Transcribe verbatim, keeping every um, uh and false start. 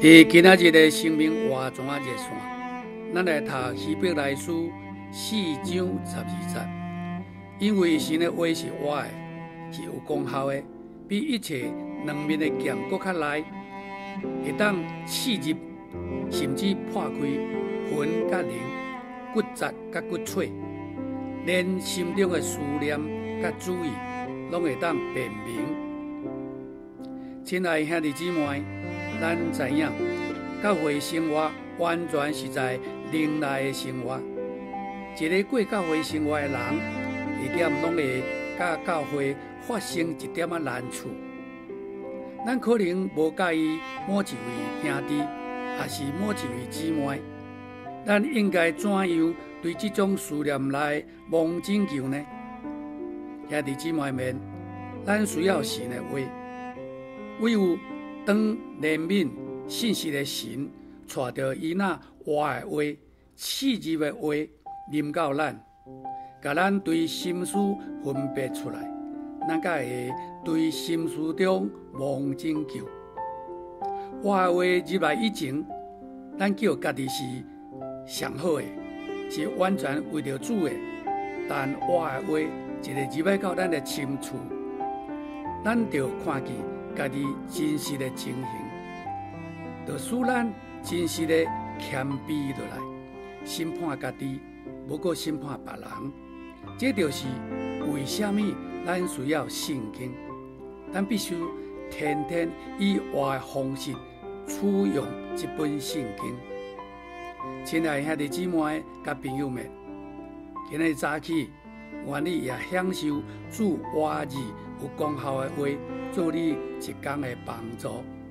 伫今仔日的生命活泉热线，咱来读希伯来书四章十二节。因为神的话是活的，是有功效的，比一切两面的剑搁较利，会当刺入，甚至破开魂甲灵、骨节甲骨髓，连心中的思念甲主意，拢会当辨明。亲爱的兄弟姊妹，咱知影，教会生活完全是在灵内的生活。一个过教会生活的人，一点拢会甲教会发生一点仔难处。咱可能无介意某一位兄弟，也是某一位姊妹，咱应该怎样对这种思念来蒙拯救呢？兄弟姊妹们，咱需要神的话，唯有当怜悯信息的神，带着伊那活的话、刺入的话，临到咱，甲咱对心思分别出来，咱才会对心思中蒙拯救。活的话入来以前，咱叫家己是上好的，是完全为着主的。但活的话一个入来到咱的深处，咱就看见家己真实的情形，就使咱真实的谦卑落来，审判家己，无过审判别人。这就是为什么咱需要圣经，咱必须天天以活的方式取用这本圣经。亲爱的兄弟姊妹甲朋友们，今日早起，愿你也享受主活字有功效的话，做你一天的帮助。